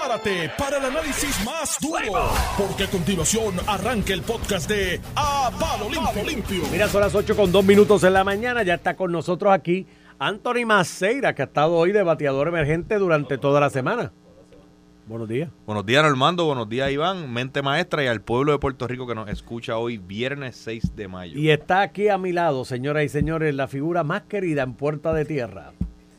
Prepárate para el análisis más duro, porque a continuación arranca el podcast de A Palo Limpio. Mira, son las 8:02 en la mañana, ya está con nosotros aquí Anthony Maceira, que ha estado hoy de bateador emergente durante toda la semana. Buenos días. Buenos días, Normando. Buenos días, Iván, mente maestra, y al pueblo de Puerto Rico que nos escucha hoy, viernes 6 de mayo. Y está aquí a mi lado, señoras y señores, la figura más querida en Puerta de Tierra,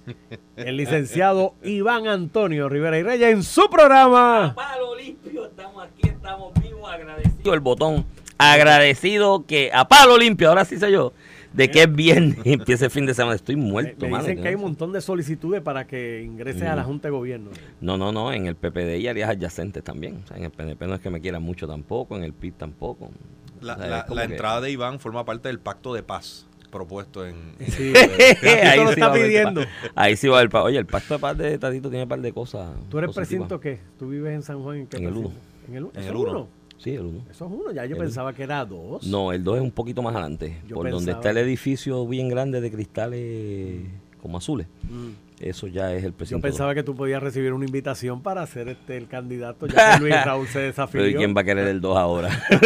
el licenciado Iván Antonio Rivera y Reyes, en su programa A Palo Limpio. Estamos aquí, estamos vivos, agradecidos. El botón agradecido que a Palo Limpio, ahora sí sé yo, de que es viernes y empieza el fin de semana. Estoy muerto, me mano. dicen que hay un montón de solicitudes para que ingreses a la Junta de Gobierno. No, en el PPD y áreas adyacentes también. O sea, en el PNP no es que me quieran mucho tampoco, en el PIB tampoco. La entrada de Iván forma parte del pacto de paz propuesto en... Sí, ahí lo sí está va a haber pidiendo. Ahí sí va a haber paz. Oye, el pacto de paz de Tatito tiene un par de cosas. ¿Tú eres positivas. precinto qué? ¿Tú vives en San Juan? ¿En qué En el precinto? 1. ¿En el 1? 1? Sí, el 1. Eso es 1, ya yo pensaba que era 2. No, el 2 es un poquito más adelante. Yo por donde pensaba. está el edificio bien grande de cristales como azules. Eso ya es el Yo presidente. pensaba que tú podías recibir una invitación para ser el candidato, ya que Luis Raúl se desafilió. Pero ¿y quién va a querer el 2 ahora?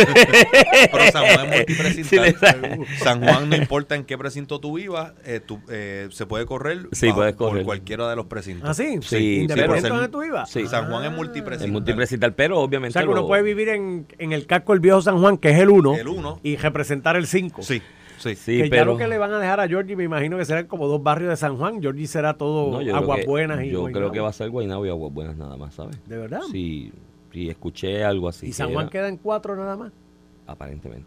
Pero San Juan es multiprecintal. Sí, San Juan, no importa en qué precinto tú vivas, se puede correr, Sí, puedes correr. por cualquiera de los precintos. ¿Ah, sí? Sí, Independiente de pero- donde tú ibas. Sí. San Juan es Es multiprecintal. multiprecintal, pero O obviamente... sea, que uno puede vivir en el casco del viejo San Juan, que es el 1, El 1. y representar el 5. Sí, sí. Sí, Que ya pero... lo que le van a dejar a Georgie, me imagino que serán como 2 barrios de San Juan. Georgie será todo No, yo Aguas creo que- Buenas y Yo Guaynabo. creo que va a ser Guaynabo y Aguas Buenas nada más, ¿sabes? ¿De verdad? Sí, escuché algo así. ¿Y que San Juan era- queda en 4 nada más? Aparentemente.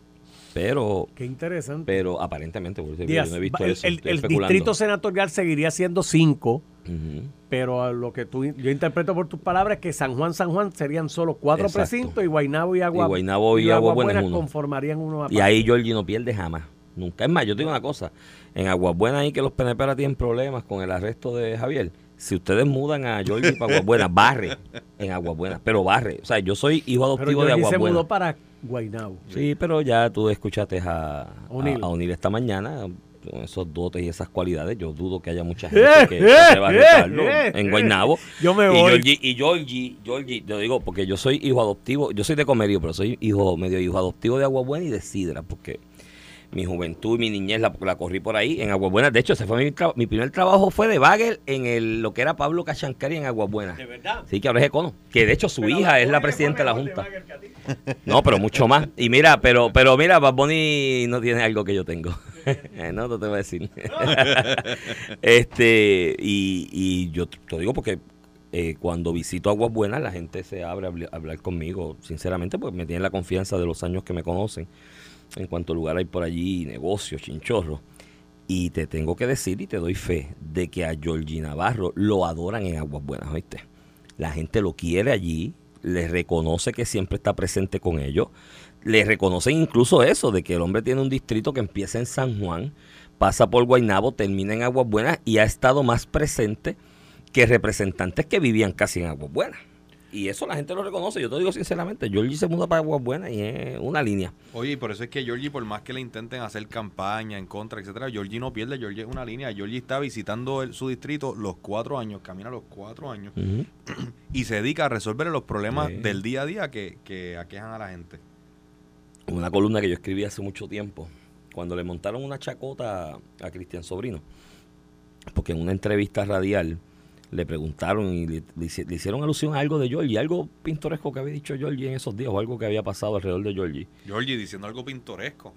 Pero Qué interesante. aparentemente, porque Díaz, yo no he visto el, eso. el- estoy el especulando. distrito senatorial seguiría siendo 5, Ujú. pero a lo que yo interpreto por tus palabras que San Juan serían solo 4 Exacto. precintos, y Guaynabo y Aguas Guaynabo y Aguas Buenas uno. conformarían uno Y aparte. ahí Georgie no pierde jamás. Nunca. Es más, yo te digo una cosa. En Aguas Buenas ahí que los PNP ahora tienen problemas con el arresto de Javier. Si ustedes mudan a Georgie para Aguas Buenas, barre en Aguas Buenas. Pero barre. O sea, yo soy hijo Pero adoptivo de Georgie Aguas se Buenas. mudó para Guaynabo. Sí, pero ya tú escuchaste a O'Neill. O'Neill esta mañana. Con esos dotes y esas cualidades, yo dudo que haya mucha gente que se atreva a retarlo en Guaynabo. Yo me voy. Y Georgie, yo digo, porque yo soy hijo adoptivo, yo soy de Comerío, pero soy medio hijo adoptivo de Aguas Buenas y de Sidra, porque mi juventud y mi niñez la corrí por ahí en Aguas Buenas. De hecho, ese fue mi primer trabajo, fue de bagel en lo que era Pablo Cachancari en Aguas Buenas. ¿De verdad? Sí, que ahora es Econo. Que de hecho su hija es la presidenta de la Junta. No, pero mucho más. Y mira, pero mira, Bad Bunny no tiene algo que yo tengo. No te voy a decir. Y yo te digo porque cuando visito Aguas Buenas, la gente se abre a hablar conmigo, sinceramente, porque me tienen la confianza de los años que me conocen. En cuanto lugar hay por allí, negocios, chinchorros. Y te tengo que decir y te doy fe de que a Georgie Navarro lo adoran en Aguas Buenas, ¿oíste? La gente lo quiere allí, le reconoce que siempre está presente con ellos, le reconocen incluso eso, de que el hombre tiene un distrito que empieza en San Juan, pasa por Guaynabo, termina en Aguas Buenas y ha estado más presente que representantes que vivían casi en Aguas Buenas. Y eso la gente lo reconoce, yo te digo sinceramente, Georgie se muda para Aguas Buenas y es una línea. Oye, y por eso es que Georgie, por más que le intenten hacer campaña en contra, etcétera, Georgie no pierde, Georgie es una línea. Georgie está visitando su distrito los 4 años, camina los 4 años, Uh-huh. y se dedica a resolver los problemas Sí. del día a día que aquejan a la gente. Una columna que yo escribí hace mucho tiempo, cuando le montaron una chacota a Cristian Sobrino, porque en una entrevista radial le preguntaron y le hicieron alusión a algo de Georgie, algo pintoresco que había dicho Georgie en esos días, o algo que había pasado alrededor de Georgie, Georgie diciendo algo pintoresco.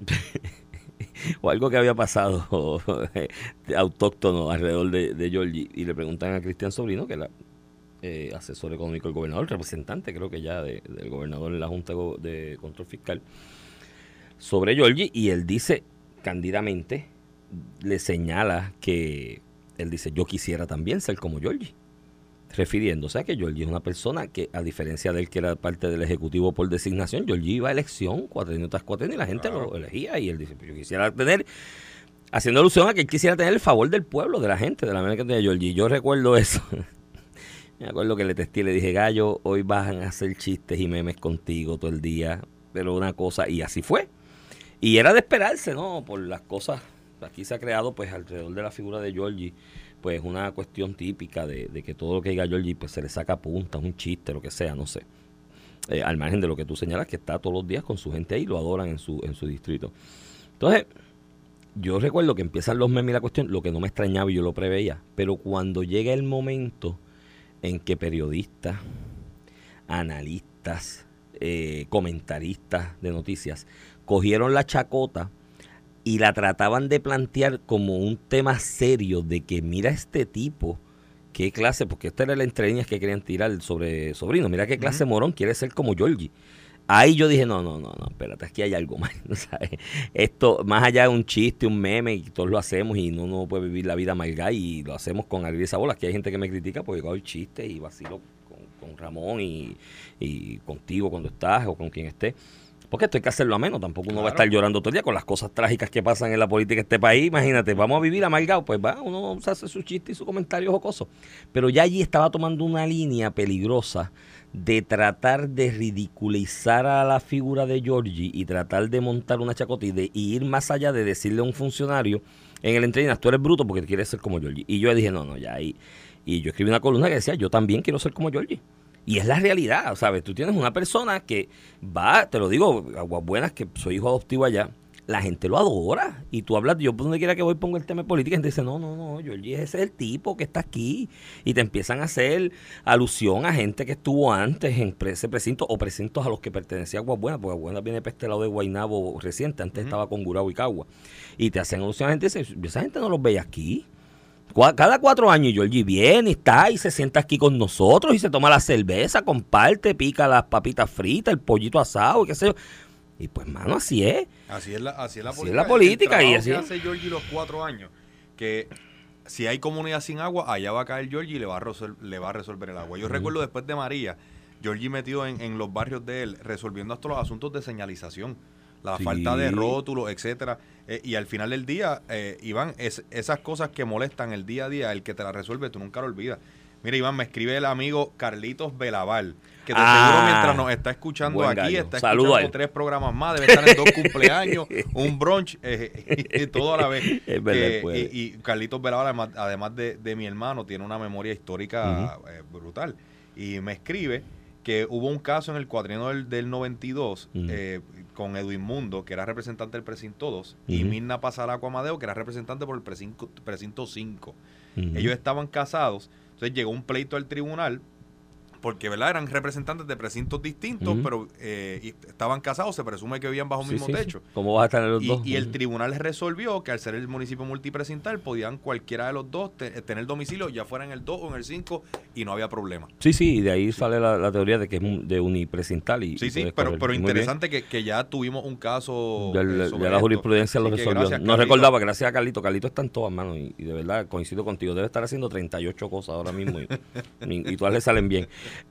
o algo que había pasado autóctono alrededor de Georgie, y le preguntan a Cristian Sobrino, que era asesor económico del gobernador, representante creo que ya del gobernador en la Junta de Control Fiscal, sobre Georgie, y él dice cándidamente, le señala que él dice, yo quisiera también ser como Georgie, refiriéndose a que Georgie es una persona que, a diferencia de él que era parte del Ejecutivo por designación, Georgie iba a elección cuatrienio tras cuatrienio y la gente lo elegía, y él dice, pues yo quisiera tener, haciendo alusión a que él quisiera tener el favor del pueblo, de la gente, de la manera que tenía Georgie. Yo recuerdo eso. Me acuerdo que le testé y le dije, Gallo, hoy van a hacer chistes y memes contigo todo el día, pero una cosa, y así fue. Y era de esperarse, ¿no? Por las cosas, aquí se ha creado, pues, alrededor de la figura de Georgie, pues una cuestión típica de que todo lo que diga Giorgi pues se le saca punta, un chiste, lo que sea, no sé. Al margen de lo que tú señalas, que está todos los días con su gente ahí, lo adoran en su distrito. Entonces, yo recuerdo que empiezan los memes y la cuestión, lo que no me extrañaba y yo lo preveía, pero cuando llega el momento en que periodistas, analistas, comentaristas de noticias cogieron la chacota y la trataban de plantear como un tema serio de que mira este tipo, qué clase, porque esta era la entre líneas que querían tirar sobre Sobrino, mira qué clase morón quiere ser como Giorgi. Ahí yo dije, no, espérate, aquí hay algo más, ¿sabes? Esto, más allá de un chiste, un meme, y todos lo hacemos y no puede vivir la vida amargada y lo hacemos con alegría y sabor. Aquí hay gente que me critica porque yo hago el chiste y vacilo con Ramón y contigo cuando estás o con quien esté. Porque esto hay que hacerlo ameno, tampoco uno va a estar llorando todo el día con las cosas trágicas que pasan en la política de este país. Imagínate, vamos a vivir amargado, pues va, uno se hace su chiste y su comentario jocoso. Pero ya allí estaba tomando una línea peligrosa de tratar de ridiculizar a la figura de Giorgi y tratar de montar una chacota y ir más allá de decirle a un funcionario en el entrevista, tú eres bruto porque quieres ser como Giorgi. Y yo dije, no, ya ahí. Y yo escribí una columna que decía, yo también quiero ser como Giorgi. Y es la realidad, ¿sabes? Tú tienes una persona que va, te lo digo, Aguas Buenas, que soy hijo adoptivo allá, la gente lo adora. Y tú hablas, yo por donde quiera que voy pongo el tema de política, y gente dice, no, Giorgi, ese es el tipo que está aquí. Y te empiezan a hacer alusión a gente que estuvo antes en ese precinto o precintos a los que pertenecía Aguas Buenas, porque Aguas Buenas viene para este lado de Guaynabo reciente, antes estaba con Gurabo y Cagua. Y te hacen alusión a gente y dice, esa gente no los veía aquí. Cada 4 años Giorgi viene y está y se sienta aquí con nosotros y se toma la cerveza, comparte, pica las papitas fritas, el pollito asado y qué sé yo. Y pues, mano, así es. Así es la política. Es la política. El y así que hace Giorgi los 4 años, que si hay comunidad sin agua, allá va a caer Giorgi y le va a resolver el agua. Yo recuerdo después de María, Giorgi metido en los barrios de él, resolviendo hasta los asuntos de señalización. La falta de rótulos, etcétera. Y al final del día, Iván, esas cosas que molestan el día a día, el que te las resuelve, tú nunca lo olvidas. Mira, Iván, me escribe el amigo Carlitos Belaval, que de seguro mientras nos está escuchando aquí, gallo. está Saludo escuchando 3 programas más, debe estar en 2 cumpleaños, un brunch, y todo a la vez. Es verdad, y Carlitos Belaval, además de mi hermano, tiene una memoria histórica brutal. Y me escribe que hubo un caso en el cuatrienio del 92 con Edwin Mundo, que era representante del precinto 2, y Mirna Pasaraco Amadeo, que era representante por el precinto 5. Ellos estaban casados, entonces llegó un pleito al tribunal, porque ¿verdad? Eran representantes de precintos distintos, pero estaban casados, se presume que vivían bajo el mismo techo. Sí. ¿Cómo vas a estar en los dos? Y el tribunal resolvió que al ser el municipio multiprecintal, podían cualquiera de los dos tener domicilio, ya fuera en el 2 o en el 5, y no había problema. Sí, y de ahí sale la teoría de que es de uniprecintal. Pero interesante que ya tuvimos un caso ya la jurisprudencia lo resolvió. Gracias, no recordaba, gracias a Carlito. Carlito está en todas manos y de verdad coincido contigo. Debe estar haciendo 38 cosas ahora mismo y todas le salen bien.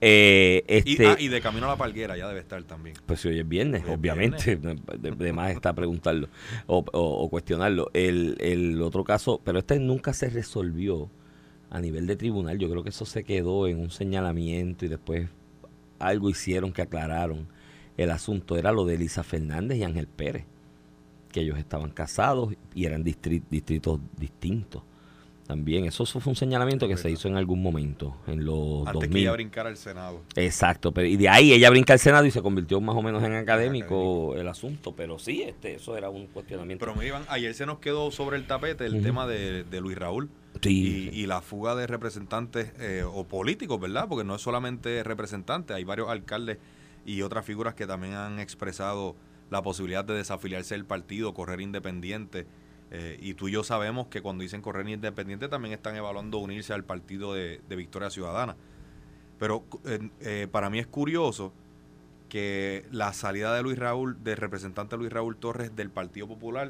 Y de camino a la Palguera ya debe estar también. Pues si hoy es viernes, obviamente, de más está preguntarlo o cuestionarlo. El otro caso, pero este nunca se resolvió a nivel de tribunal. Yo creo que eso se quedó en un señalamiento y después algo hicieron que aclararon el asunto. Era lo de Elisa Fernández y Ángel Pérez, que ellos estaban casados y eran distritos distintos. También, eso fue un señalamiento que se hizo en algún momento, en los antes 2000. que ella brincara al Senado. Exacto, y de ahí ella brinca al Senado y se convirtió más o menos en académico el asunto, pero sí, eso era un cuestionamiento. Pero me Iván, ayer se nos quedó sobre el tapete el tema de Luis Raúl y la fuga de representantes o políticos, ¿verdad? Porque no es solamente representantes, hay varios alcaldes y otras figuras que también han expresado la posibilidad de desafiliarse del partido, correr independiente. Y tú y yo sabemos que cuando dicen correr independiente también están evaluando unirse al partido de Victoria Ciudadana. Pero para mí es curioso que la salida de Luis Raúl, del representante Luis Raúl Torres del Partido Popular,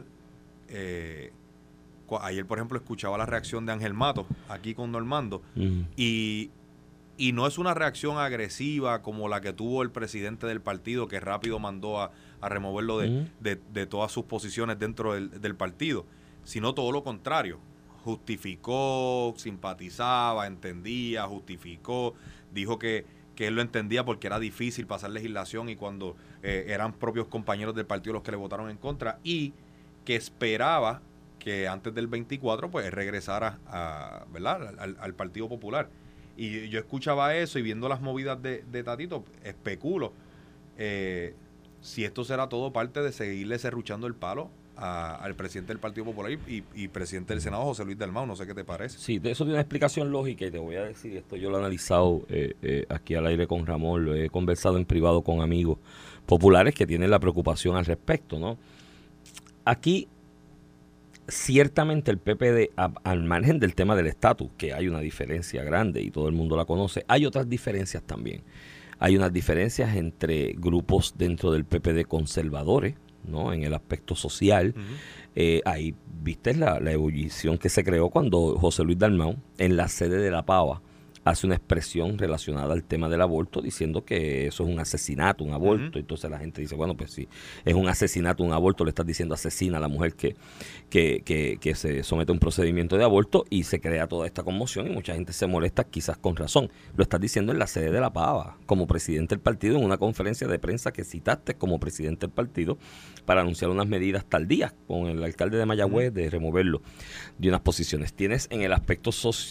ayer por ejemplo escuchaba la reacción de Ángel Matos aquí con Normando y no es una reacción agresiva como la que tuvo el presidente del partido, que rápido mandó a removerlo de todas sus posiciones dentro del partido, sino todo lo contrario. Justificó, simpatizaba, entendía, justificó, dijo que él lo entendía porque era difícil pasar legislación y cuando eran propios compañeros del partido los que le votaron en contra, y que esperaba que antes del 24 pues regresara ¿verdad? Al Partido Popular. Y yo escuchaba eso y viendo las movidas de Tatito, especulo si esto será todo parte de seguirle serruchando el palo al presidente del Partido Popular y presidente del Senado, José Luis Dalmau. No sé qué te parece. Sí, de eso tiene una explicación lógica y te voy a decir, esto yo lo he analizado aquí al aire con Ramón, lo he conversado en privado con amigos populares que tienen la preocupación al respecto, ¿no? Aquí, ciertamente el PPD, al margen del tema del estatus, que hay una diferencia grande y todo el mundo la conoce, hay otras diferencias también. Hay unas diferencias entre grupos dentro del PPD conservadores, ¿no? En el aspecto social. Ahí viste la ebullición que se creó cuando José Luis Dalmau, en la sede de la Pava, hace una expresión relacionada al tema del aborto, diciendo que eso es un asesinato, un aborto. Entonces la gente dice, bueno, pues si es un asesinato, un aborto, le estás diciendo asesina a la mujer que se somete a un procedimiento de aborto, y se crea toda esta conmoción y mucha gente se molesta, quizás con razón. Lo estás diciendo en la sede de la Pava, como presidente del partido, en una conferencia de prensa que citaste como presidente del partido para anunciar unas medidas tardías con el alcalde de Mayagüez de removerlo de unas posiciones. Tienes en el aspecto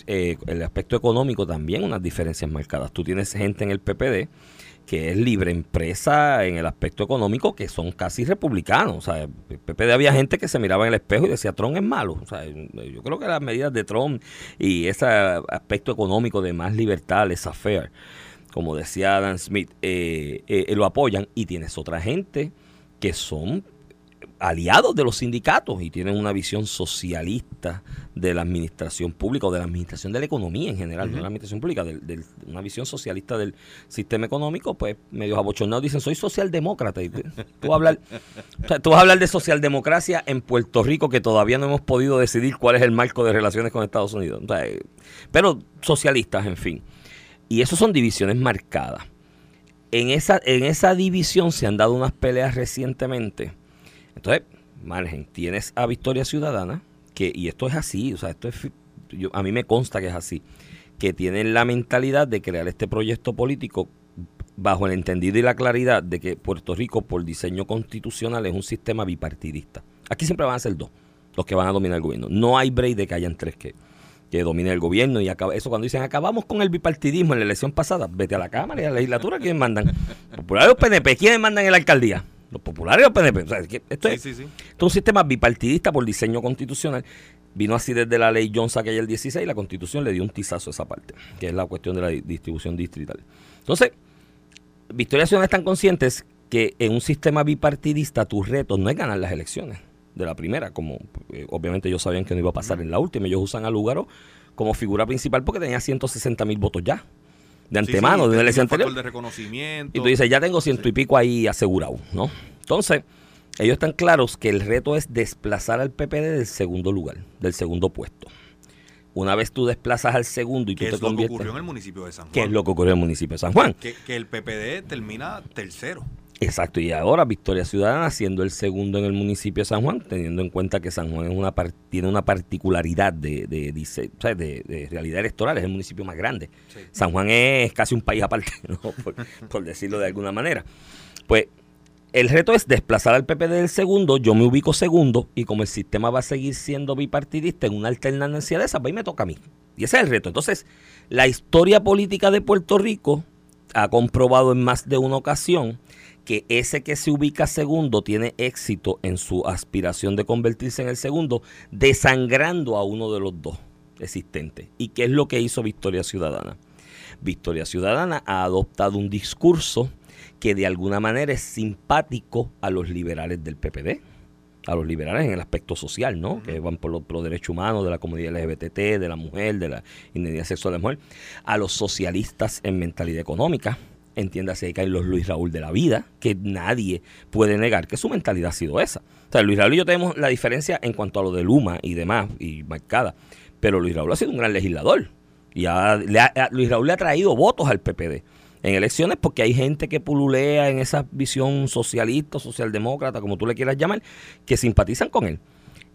económico también unas diferencias marcadas. Tú tienes gente en el PPD que es libre empresa en el aspecto económico, que son casi republicanos. O sea, en el PPD había gente que se miraba en el espejo y decía, Trump es malo. O sea, yo creo que las medidas de Trump y ese aspecto económico de más libertad, laissez-faire, como decía Adam Smith, lo apoyan. Y tienes otra gente que son aliados de los sindicatos y tienen una visión socialista de la administración pública o de la administración de la economía en general, no de la administración pública, una visión socialista del sistema económico. Pues medios abochornados dicen, soy socialdemócrata. Y tú vas a hablar de socialdemocracia en Puerto Rico, que todavía no hemos podido decidir cuál es el marco de relaciones con Estados Unidos. O sea, pero socialistas, en fin. Y eso son divisiones marcadas. En esa división se han dado unas peleas recientemente. Entonces, margen, tienes a Victoria Ciudadana, y esto es así, o sea, a mí me consta que es así, que tienen la mentalidad de crear este proyecto político bajo el entendido y la claridad de que Puerto Rico, por diseño constitucional, es un sistema bipartidista. Aquí siempre van a ser dos los que van a dominar el gobierno. No hay break de que hayan tres que dominen el gobierno. Y eso cuando dicen, acabamos con el bipartidismo en la elección pasada, vete a la Cámara y a la legislatura, ¿quiénes mandan? Populares o PNP, ¿quiénes mandan en la alcaldía? Los populares o PNP. O sea, esto es un sistema bipartidista por diseño constitucional. Vino así desde la ley Jones aquella el 16, y la Constitución le dio un tizazo a esa parte, que es la cuestión de la distribución distrital. Entonces, Victoria Ciudadana están conscientes que en un sistema bipartidista tu reto no es ganar las elecciones de la primera, como obviamente ellos sabían que no iba a pasar en la última. Ellos usan a Lugaro como figura principal porque tenía 160,000 votos ya de antemano, de una elección anterior. De reconocimiento. Y tú dices, ya tengo 100 y pico ahí asegurado, ¿no? Entonces, ellos están claros que el reto es desplazar al PPD del segundo lugar, del segundo puesto. Una vez tú desplazas al segundo y tú te conviertes... ¿Qué es lo que ocurrió en el municipio de San Juan? ¿Qué es lo que ocurrió en el municipio de San Juan? Que el PPD termina tercero. Exacto, y ahora Victoria Ciudadana siendo el segundo en el municipio de San Juan, teniendo en cuenta que San Juan tiene una particularidad de realidad electoral, es el municipio más grande. Sí. San Juan es casi un país aparte, ¿no? por decirlo de alguna manera. Pues el reto es desplazar al PPD del segundo, yo me ubico segundo, y como el sistema va a seguir siendo bipartidista en una alternancia de esas, pues ahí me toca a mí. Y ese es el reto. Entonces, la historia política de Puerto Rico ha comprobado en más de una ocasión que ese que se ubica segundo tiene éxito en su aspiración de convertirse en el segundo, desangrando a uno de los dos existentes. ¿Y qué es lo que hizo Victoria Ciudadana? Victoria Ciudadana ha adoptado un discurso que de alguna manera es simpático a los liberales del PPD, a los liberales en el aspecto social, ¿no? Que van por los derechos humanos de la comunidad LGBT, de la mujer, de la identidad sexual de la mujer, a los socialistas en mentalidad económica. Entiéndase, ahí caen los Luis Raúl de la vida, que nadie puede negar que su mentalidad ha sido esa. O sea, Luis Raúl y yo tenemos la diferencia en cuanto a lo de Luma y demás, y marcada, pero Luis Raúl ha sido un gran legislador, y Luis Raúl le ha traído votos al PPD en elecciones, porque hay gente que pululea en esa visión socialista, socialdemócrata, como tú le quieras llamar, que simpatizan con él.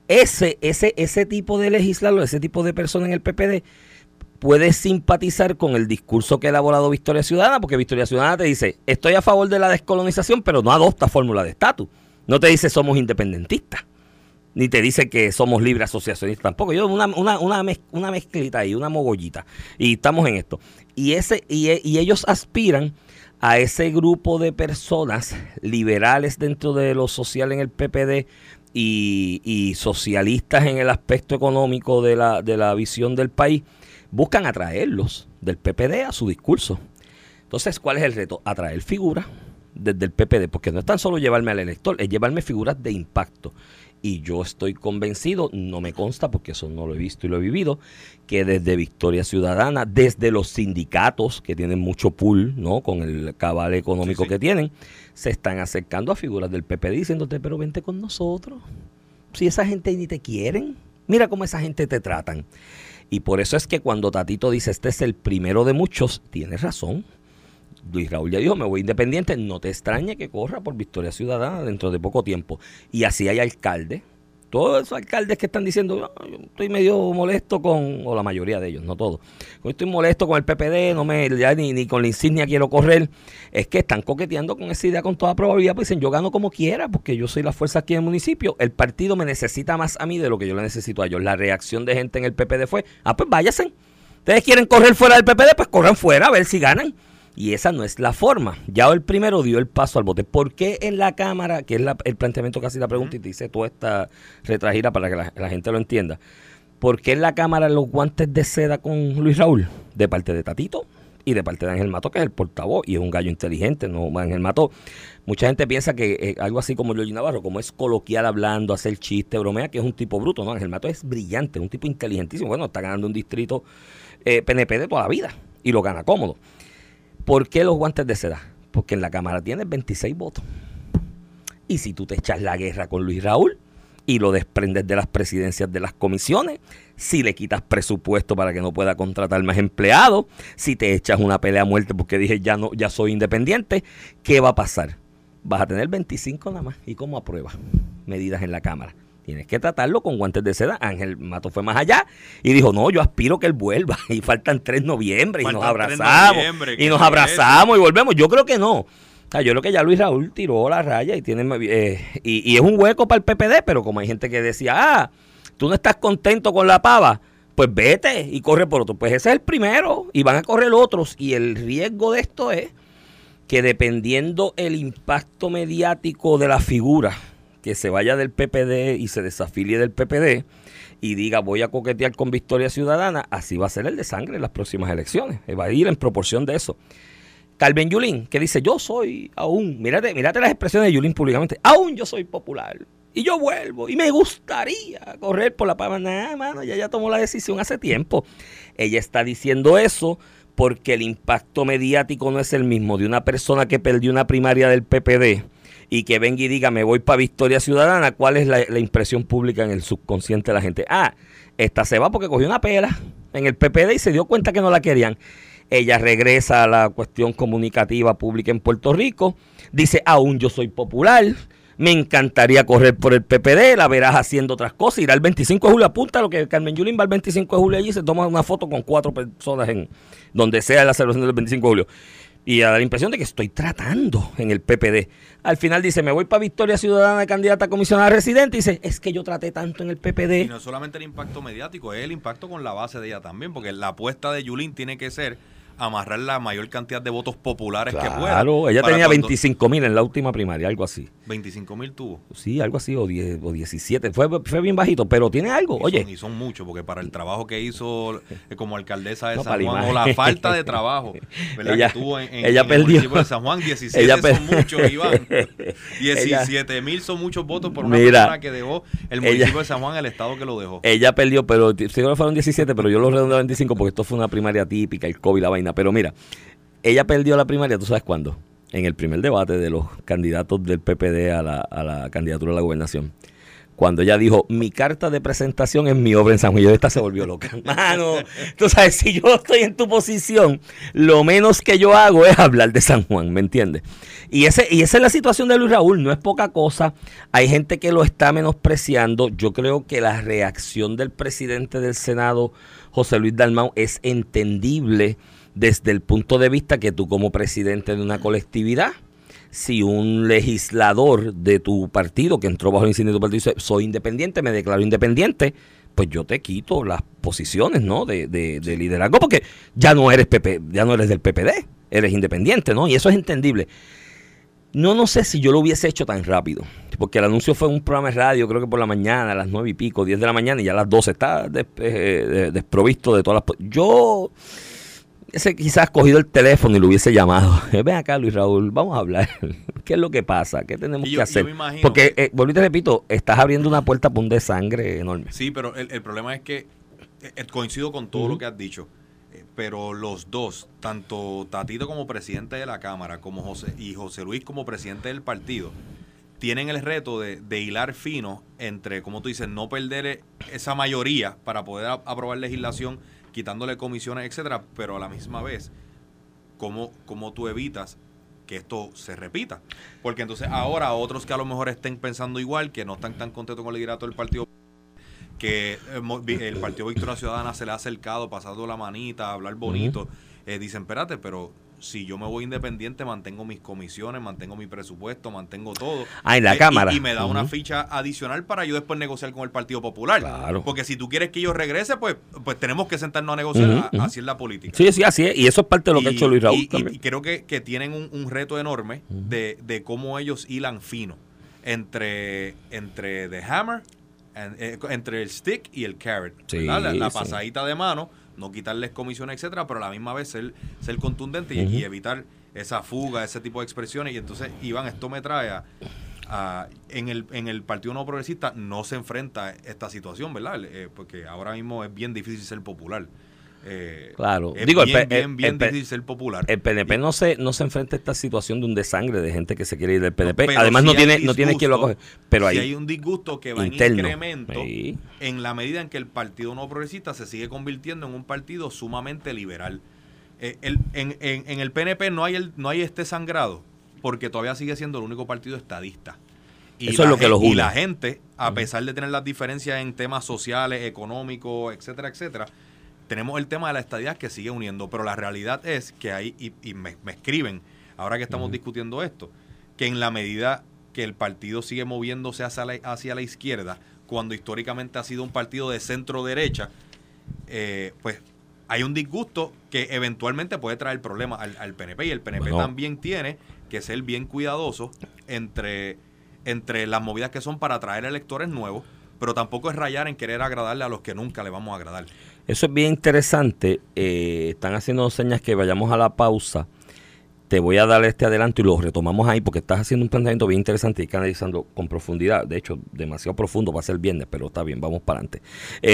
Ese tipo de legislador, ese tipo de persona en el PPD puede simpatizar con el discurso que ha elaborado Victoria Ciudadana, porque Victoria Ciudadana te dice, estoy a favor de la descolonización, pero no adopta fórmula de estatus. No te dice, somos independentistas. ni te dice que somos libres asociacionistas tampoco. Yo una mezclita ahí, una mogollita. Y estamos en esto. Y ellos aspiran a ese grupo de personas liberales dentro de lo social en el PPD y socialistas en el aspecto económico de la visión del país. Buscan atraerlos del PPD a su discurso. Entonces, ¿cuál es el reto? Atraer figuras desde el PPD, porque no es tan solo llevarme al elector, es llevarme figuras de impacto. Y yo estoy convencido, no me consta porque eso no lo he visto y lo he vivido, que desde Victoria Ciudadana, desde los sindicatos que tienen mucho pool, ¿no? Con el cabal económico que tienen, se están acercando a figuras del PPD diciéndote, pero vente con nosotros. Si esa gente ni te quieren, mira cómo esa gente te tratan. Y por eso es que cuando Tatito dice, este es el primero de muchos, tiene razón. Luis Raúl ya dijo, me voy independiente, no te extrañe que corra por Victoria Ciudadana dentro de poco tiempo. Y así hay alcaldes, todos esos alcaldes que están diciendo, no, yo estoy medio molesto o la mayoría de ellos, no todos, estoy molesto con el PPD, ya ni con la insignia quiero correr, es que están coqueteando con esa idea con toda probabilidad, pues dicen, yo gano como quiera, porque yo soy la fuerza aquí en el municipio, el partido me necesita más a mí de lo que yo le necesito a ellos. La reacción de gente en el PPD fue, pues váyanse, ustedes quieren correr fuera del PPD, pues corran fuera a ver si ganan. Y esa no es la forma. Ya el primero dio el paso al bote. ¿Por qué en la Cámara, que es el planteamiento que hace la pregunta y te dice toda esta retragida para que la gente lo entienda, ¿por qué en la Cámara los guantes de seda con Luis Raúl? De parte de Tatito y de parte de Ángel Mato, que es el portavoz y es un gallo inteligente, ¿no? Ángel Mato, mucha gente piensa que algo así como Yoyi Navarro, como es coloquial hablando, hacer chiste, bromea, que es un tipo bruto, ¿no? Ángel Mato es brillante, un tipo inteligentísimo. Bueno, está ganando un distrito PNP de toda la vida y lo gana cómodo. ¿Por qué los guantes de seda? Porque en la Cámara tienes 26 votos. Y si tú te echas la guerra con Luis Raúl y lo desprendes de las presidencias de las comisiones, si le quitas presupuesto para que no pueda contratar más empleados, si te echas una pelea a muerte porque dije ya soy independiente, ¿qué va a pasar? Vas a tener 25 nada más. ¿Y cómo apruebas medidas en la Cámara? Tienes que tratarlo con guantes de seda. Ángel Mato fue más allá y dijo, no, yo aspiro que él vuelva. Y faltan 3 noviembre y nos abrazamos. Y nos abrazamos y volvemos. Yo creo que no. O sea, yo creo que ya Luis Raúl tiró la raya y tiene y es un hueco para el PPD, pero como hay gente que decía, tú no estás contento con la pava, pues vete y corre por otro. Pues ese es el primero y van a correr otros. Y el riesgo de esto es que dependiendo el impacto mediático de la figura, que se vaya del PPD y se desafilie del PPD y diga voy a coquetear con Victoria Ciudadana, así va a ser el de sangre en las próximas elecciones. Va a ir en proporción de eso. Carmen Yulín, que dice, yo soy aún, mírate las expresiones de Yulín públicamente, aún yo soy popular y yo vuelvo y me gustaría correr por la pava. Nada, mano, ya tomó la decisión hace tiempo. Ella está diciendo eso porque el impacto mediático no es el mismo de una persona que perdió una primaria del PPD y que venga y diga, me voy para Victoria Ciudadana. ¿Cuál es la impresión pública en el subconsciente de la gente? Esta se va porque cogió una pela en el PPD y se dio cuenta que no la querían. Ella regresa a la cuestión comunicativa pública en Puerto Rico, dice, aún yo soy popular, me encantaría correr por el PPD, la verás haciendo otras cosas, irá el 25 de julio, apunta lo que Carmen Yulín va el 25 de julio allí, se toma una foto con 4 personas en donde sea la celebración del 25 de julio. Y da la impresión de que estoy tratando en el PPD. Al final dice, me voy para Victoria Ciudadana de candidata a comisionada residente. Y dice, es que yo traté tanto en el PPD. Y no solamente el impacto mediático, es el impacto con la base de ella también. Porque la apuesta de Yulín tiene que ser amarrar la mayor cantidad de votos populares que pueda. Claro, ella tenía 25,000 en la última primaria, algo así. 25,000 tuvo. Sí, algo así, o 17. Fue bien bajito, pero tiene algo. Y son muchos, porque para el trabajo que hizo como alcaldesa de San Juan, o la falta de trabajo, ¿verdad? Ella, que tuvo en ella el perdió. municipio de San Juan, 17 son muchos, Iván. 17,000 son muchos votos por una persona que dejó el municipio de San Juan, el estado que lo dejó. Ella perdió, pero seguro fueron 17, pero yo lo redondeo a 25 porque esto fue una primaria típica, el COVID, la vaina. Pero mira, ella perdió la primaria, ¿tú sabes cuándo? En el primer debate de los candidatos del PPD a la candidatura a la gobernación. Cuando ella dijo, mi carta de presentación es mi obra en San Juan. Y esta se volvió loca. Mano, tú sabes, si yo estoy en tu posición, lo menos que yo hago es hablar de San Juan, ¿me entiendes? Y esa es la situación de Luis Raúl, no es poca cosa. Hay gente que lo está menospreciando. Yo creo que la reacción del presidente del Senado, José Luis Dalmau, es entendible desde el punto de vista que tú como presidente de una colectividad si un legislador de tu partido que entró bajo el insignia de tu partido dice, soy independiente, me declaro independiente, pues yo te quito las posiciones, ¿no? de liderazgo, porque ya no eres del PPD, eres independiente, ¿no? Y eso es entendible. No sé si yo lo hubiese hecho tan rápido, porque el anuncio fue en un programa de radio, creo que por la mañana, a las 9 y pico, 10 de la mañana, y ya a las 12 está desprovisto de todas las... Yo quizás cogido el teléfono y lo hubiese llamado. Ven acá, Luis Raúl, vamos a hablar. ¿Qué es lo que pasa? ¿Qué tenemos que hacer? Porque, volví y te repito, estás abriendo una puerta para un desangre enorme. Sí, pero el problema es que coincido con todo lo que has dicho. Pero los dos, tanto Tatito como presidente de la Cámara como José Luis como presidente del partido, tienen el reto de hilar fino entre, como tú dices, no perder esa mayoría para poder aprobar legislación, quitándole comisiones, etcétera, pero a la misma vez, ¿cómo tú evitas que esto se repita? Porque entonces ahora otros que a lo mejor estén pensando igual, que no están tan contentos con el liderato del partido, que el Partido Victoria Ciudadana se le ha acercado, pasando la manita, hablar bonito, dicen, espérate, pero si yo me voy independiente, mantengo mis comisiones, mantengo mi presupuesto, mantengo todo. En la Cámara. Y me da una ficha adicional para yo después negociar con el Partido Popular. Claro. Porque si tú quieres que yo regrese, pues tenemos que sentarnos a negociar, así es la política. Sí, así es. Y eso es parte de lo que ha hecho Luis Raúl también. Y creo que tienen un reto enorme de cómo ellos hilan fino entre The Hammer, entre el stick y el carrot. Sí, la pasadita de mano, no quitarles comisiones, etcétera, pero a la misma vez ser contundente y evitar esa fuga, ese tipo de expresiones. Y entonces, Iván, esto me trae en el Partido No Progresista no se enfrenta esta situación, ¿verdad? Porque ahora mismo es bien difícil ser popular. Claro, es digo, bien difícil ser popular. El PNP no se enfrenta a esta situación de un desangre de gente que se quiere ir del PNP. No, además si no tiene quien lo acoge. Pero hay un disgusto que va interno, en incremento en la medida en que el Partido No Progresista se sigue convirtiendo en un partido sumamente liberal. En el PNP no hay este sangrado porque todavía sigue siendo el único partido estadista. Eso es lo que los une. Y la gente, a pesar de tener las diferencias en temas sociales, económicos, etcétera, etcétera, tenemos el tema de la estadidad que sigue uniendo, pero la realidad es que hay, y me escriben, ahora que estamos discutiendo esto, que en la medida que el partido sigue moviéndose hacia la izquierda, cuando históricamente ha sido un partido de centro-derecha, pues hay un disgusto que eventualmente puede traer problemas al PNP, y el PNP también tiene que ser bien cuidadoso entre las movidas que son para atraer electores nuevos, pero tampoco es rayar en querer agradarle a los que nunca le vamos a agradar. Eso es bien interesante. Están haciendo señas que vayamos a la pausa. Te voy a dar este adelanto y lo retomamos ahí porque estás haciendo un planteamiento bien interesante y que analizando con profundidad. De hecho, demasiado profundo para ser viernes, pero está bien, vamos para adelante.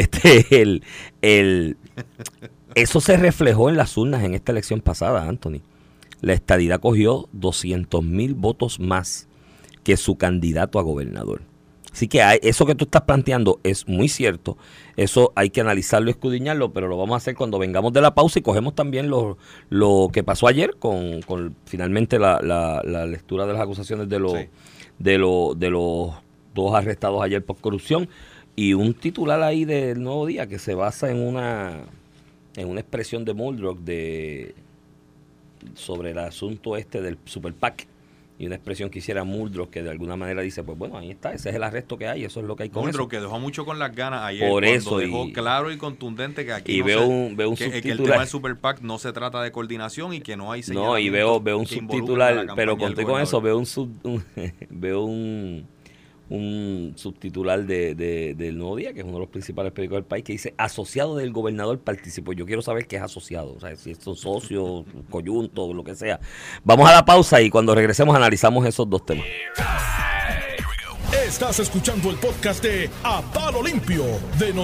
Eso se reflejó en las urnas en esta elección pasada, Anthony. La estadidad cogió 200,000 votos más que su candidato a gobernador. Así que eso que tú estás planteando es muy cierto. Eso hay que analizarlo y escudriñarlo, pero lo vamos a hacer cuando vengamos de la pausa y cogemos también lo que pasó ayer con finalmente la lectura de las acusaciones de los dos arrestados ayer por corrupción y un titular ahí del Nuevo Día que se basa en una expresión de Muldrow sobre el asunto del Super PAC. Y una expresión que hiciera Muldrow que de alguna manera dice, pues bueno, ahí está, ese es el arresto que hay, eso es lo que hay con Muldrow, eso. que dejó mucho con las ganas ayer, por cuando eso, dejó claro y contundente que aquí veo un que subtitular. el tema del Super PAC no se trata de coordinación y que no hay señalamiento. No, y veo un subtitular, pero conté con eso, veo un subtitular del Nuevo Día, que es uno de los principales periódicos del país, que dice, asociado del gobernador participó. Yo quiero saber qué es asociado, o sea, si es socio, coyunto, lo que sea. Vamos a la pausa y cuando regresemos analizamos esos dos temas. Estás escuchando el podcast de A Palo Limpio de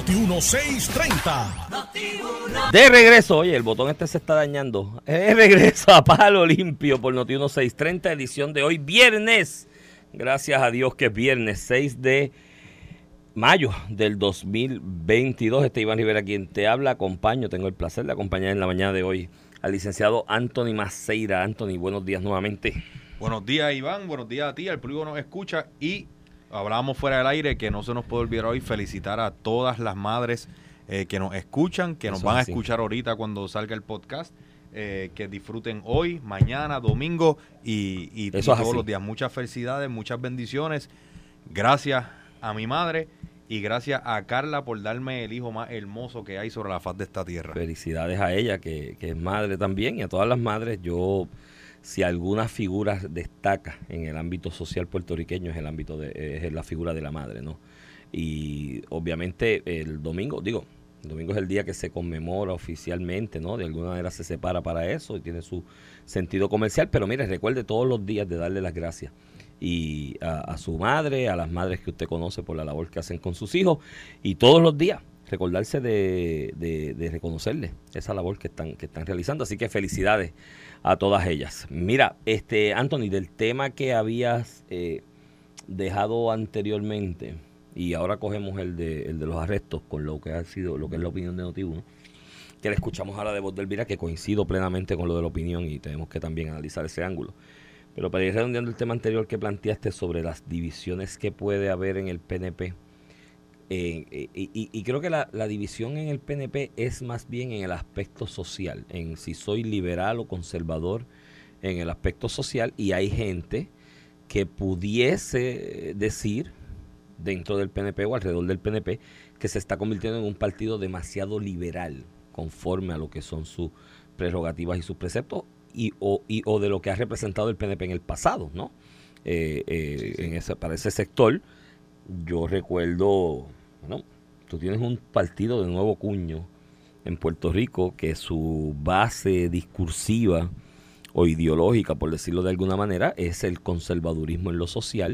Noti1630. De regreso, oye, el botón se está dañando. De regreso a Palo Limpio por Noti1630, edición de hoy, viernes. Gracias a Dios que es viernes 6 de mayo del 2022. Iván Rivera quien te habla, tengo el placer de acompañar en la mañana de hoy al licenciado Anthony Maceira. Anthony, buenos días nuevamente. Buenos días, Iván, buenos días a ti, al público nos escucha y hablábamos fuera del aire que no se nos puede olvidar hoy felicitar a todas las madres que nos escuchan, que nos van a escuchar ahorita cuando salga el podcast. que disfruten hoy, mañana, domingo y todos los días. Muchas felicidades, muchas bendiciones. Gracias a mi madre y gracias a Carla por darme el hijo más hermoso que hay sobre la faz de esta tierra. Felicidades a ella, que es madre también, y a todas las madres. Si alguna figura destaca en el ámbito social puertorriqueño es la figura de la madre, ¿no? Y obviamente el domingo es el día que se conmemora oficialmente, ¿no? De alguna manera se separa para eso y tiene su sentido comercial, pero mire, recuerde todos los días de darle las gracias y a su madre, a las madres que usted conoce por la labor que hacen con sus hijos, y todos los días recordarse de reconocerles esa labor que están realizando. Así que felicidades a todas ellas. Mira, Anthony, del tema que habías dejado anteriormente, y ahora cogemos el de los arrestos con lo que es la opinión de Noti1, que le escuchamos ahora de voz de Elvira, que coincido plenamente con lo de la opinión y tenemos que también analizar ese ángulo. Pero para ir redondeando el tema anterior que planteaste sobre las divisiones que puede haber en el PNP, y creo que la división en el PNP es más bien en el aspecto social, en si soy liberal o conservador en el aspecto social, y hay gente que pudiese decir dentro del PNP o alrededor del PNP que se está convirtiendo en un partido demasiado liberal conforme a lo que son sus prerrogativas y sus preceptos o de lo que ha representado el PNP en el pasado, ¿no? Para ese sector, yo recuerdo, bueno, tú tienes un partido de nuevo cuño en Puerto Rico que su base discursiva o ideológica, por decirlo de alguna manera, es el conservadurismo en lo social,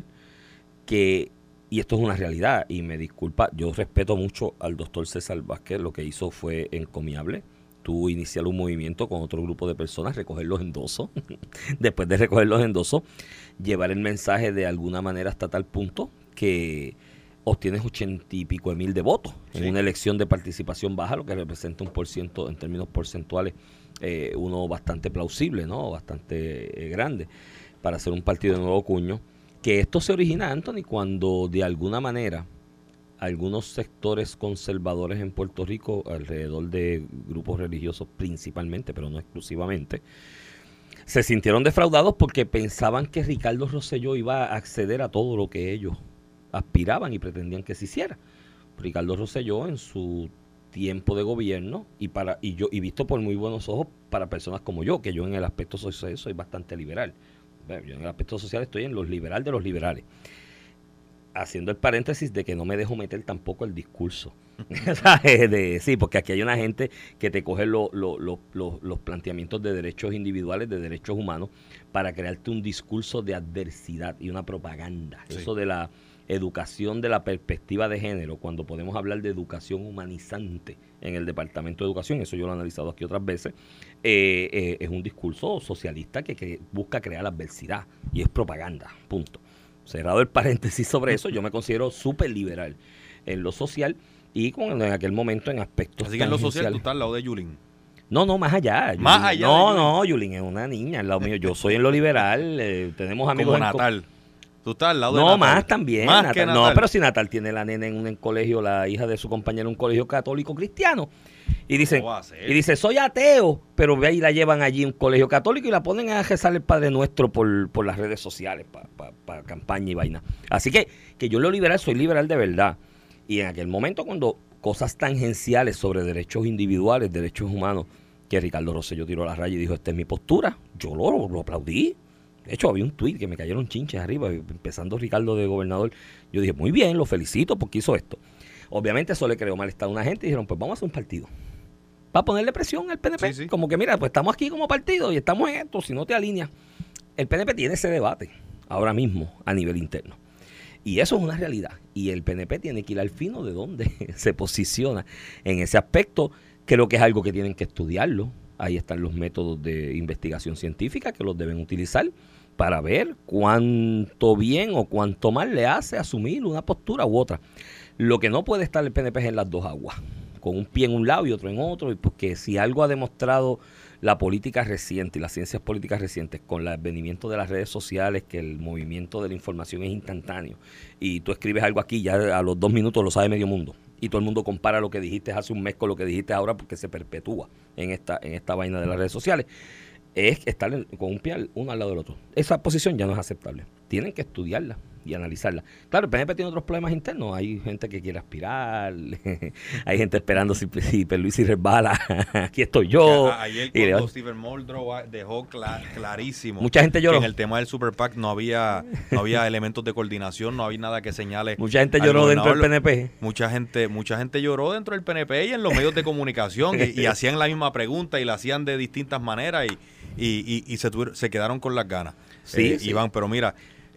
y esto es una realidad, y me disculpa, yo respeto mucho al doctor César Vázquez, lo que hizo fue encomiable. Tú iniciar un movimiento con otro grupo de personas, recoger los endosos, después de recoger los endosos, llevar el mensaje de alguna manera hasta tal punto que obtienes 80 y pico de mil de votos en una elección de participación baja, lo que representa un % en términos porcentuales, uno bastante plausible, ¿no? Bastante grande para ser un partido de nuevo cuño. Que esto se origina, Anthony, cuando de alguna manera algunos sectores conservadores en Puerto Rico, alrededor de grupos religiosos principalmente, pero no exclusivamente, se sintieron defraudados porque pensaban que Ricardo Rosselló iba a acceder a todo lo que ellos aspiraban y pretendían que se hiciera. Ricardo Rosselló, en su tiempo de gobierno, y visto por muy buenos ojos para personas como yo, que yo en el aspecto social soy bastante liberal. Yo en el aspecto social estoy en los liberales de los liberales. Haciendo el paréntesis de que no me dejo meter tampoco el discurso. Sí, porque aquí hay una gente que te coge los planteamientos de derechos individuales, de derechos humanos, para crearte un discurso de adversidad y una propaganda. Sí. Eso de la educación de la perspectiva de género, cuando podemos hablar de educación humanizante en el Departamento de Educación, eso yo lo he analizado aquí otras veces, es un discurso socialista que busca crear adversidad y es propaganda, punto. Cerrado el paréntesis sobre eso, yo me considero súper liberal en lo social y en aquel momento en aspectos. Así que en lo social tú estás al lado de Yulín. No, más allá. Yulín, más allá. No, Yulín es una niña al lado mío. Yo soy en lo liberal, tenemos amigos. Como Natal. Tú estás al lado de Natal. No, más también. Más que Natal. No, pero si Natal tiene la nena en un colegio, la hija de su compañero en un colegio católico cristiano. Y dice, soy ateo, pero ve y la llevan allí a un colegio católico y la ponen a rezar el Padre Nuestro por las redes sociales, para campaña y vaina. Así que yo lo liberal, soy liberal de verdad. Y en aquel momento, cuando cosas tangenciales sobre derechos individuales, derechos humanos, que Ricardo Rosselló tiró la raya y dijo, esta es mi postura, yo lo aplaudí. De hecho, había un tuit que me cayeron chinches arriba, empezando Ricardo de gobernador. Yo dije, muy bien, lo felicito porque hizo esto. Obviamente eso le creó malestar a una gente y dijeron, pues vamos a hacer un partido. Para ponerle presión al PNP. Sí. Como que mira, pues estamos aquí como partido y estamos en esto, si no te alineas. El PNP tiene ese debate ahora mismo a nivel interno. Y eso es una realidad. Y el PNP tiene que ir al fino de dónde se posiciona en ese aspecto. Creo que es algo que tienen que estudiarlo. Ahí están los métodos de investigación científica que los deben utilizar para ver cuánto bien o cuánto mal le hace asumir una postura u otra. Lo que no puede estar el PNP es en las dos aguas, con un pie en un lado y otro en otro, porque si algo ha demostrado la política reciente y las ciencias políticas recientes con el advenimiento de las redes sociales, que el movimiento de la información es instantáneo y tú escribes algo aquí, ya a los 2 minutos lo sabe medio mundo. y todo el mundo compara lo que dijiste hace un mes con lo que dijiste ahora porque se perpetúa en esta vaina de las redes sociales, es estar con un pie uno al lado del otro. Esa posición ya no es aceptable. Tienen que estudiarla y analizarla. Claro, el PNP tiene otros problemas internos. Hay gente que quiere aspirar, hay gente esperando si Pierluisi resbala, aquí estoy yo. Ayer cuando Stephen Muldrow dejó clarísimo mucha gente lloró. Que en el tema del Super PAC no había elementos de coordinación, no había nada que señale. Mucha gente lloró dentro del PNP. Mucha gente lloró dentro del PNP y en los medios de comunicación y hacían la misma pregunta y la hacían de distintas maneras y se quedaron con las ganas. Sí, Iván, pero mira,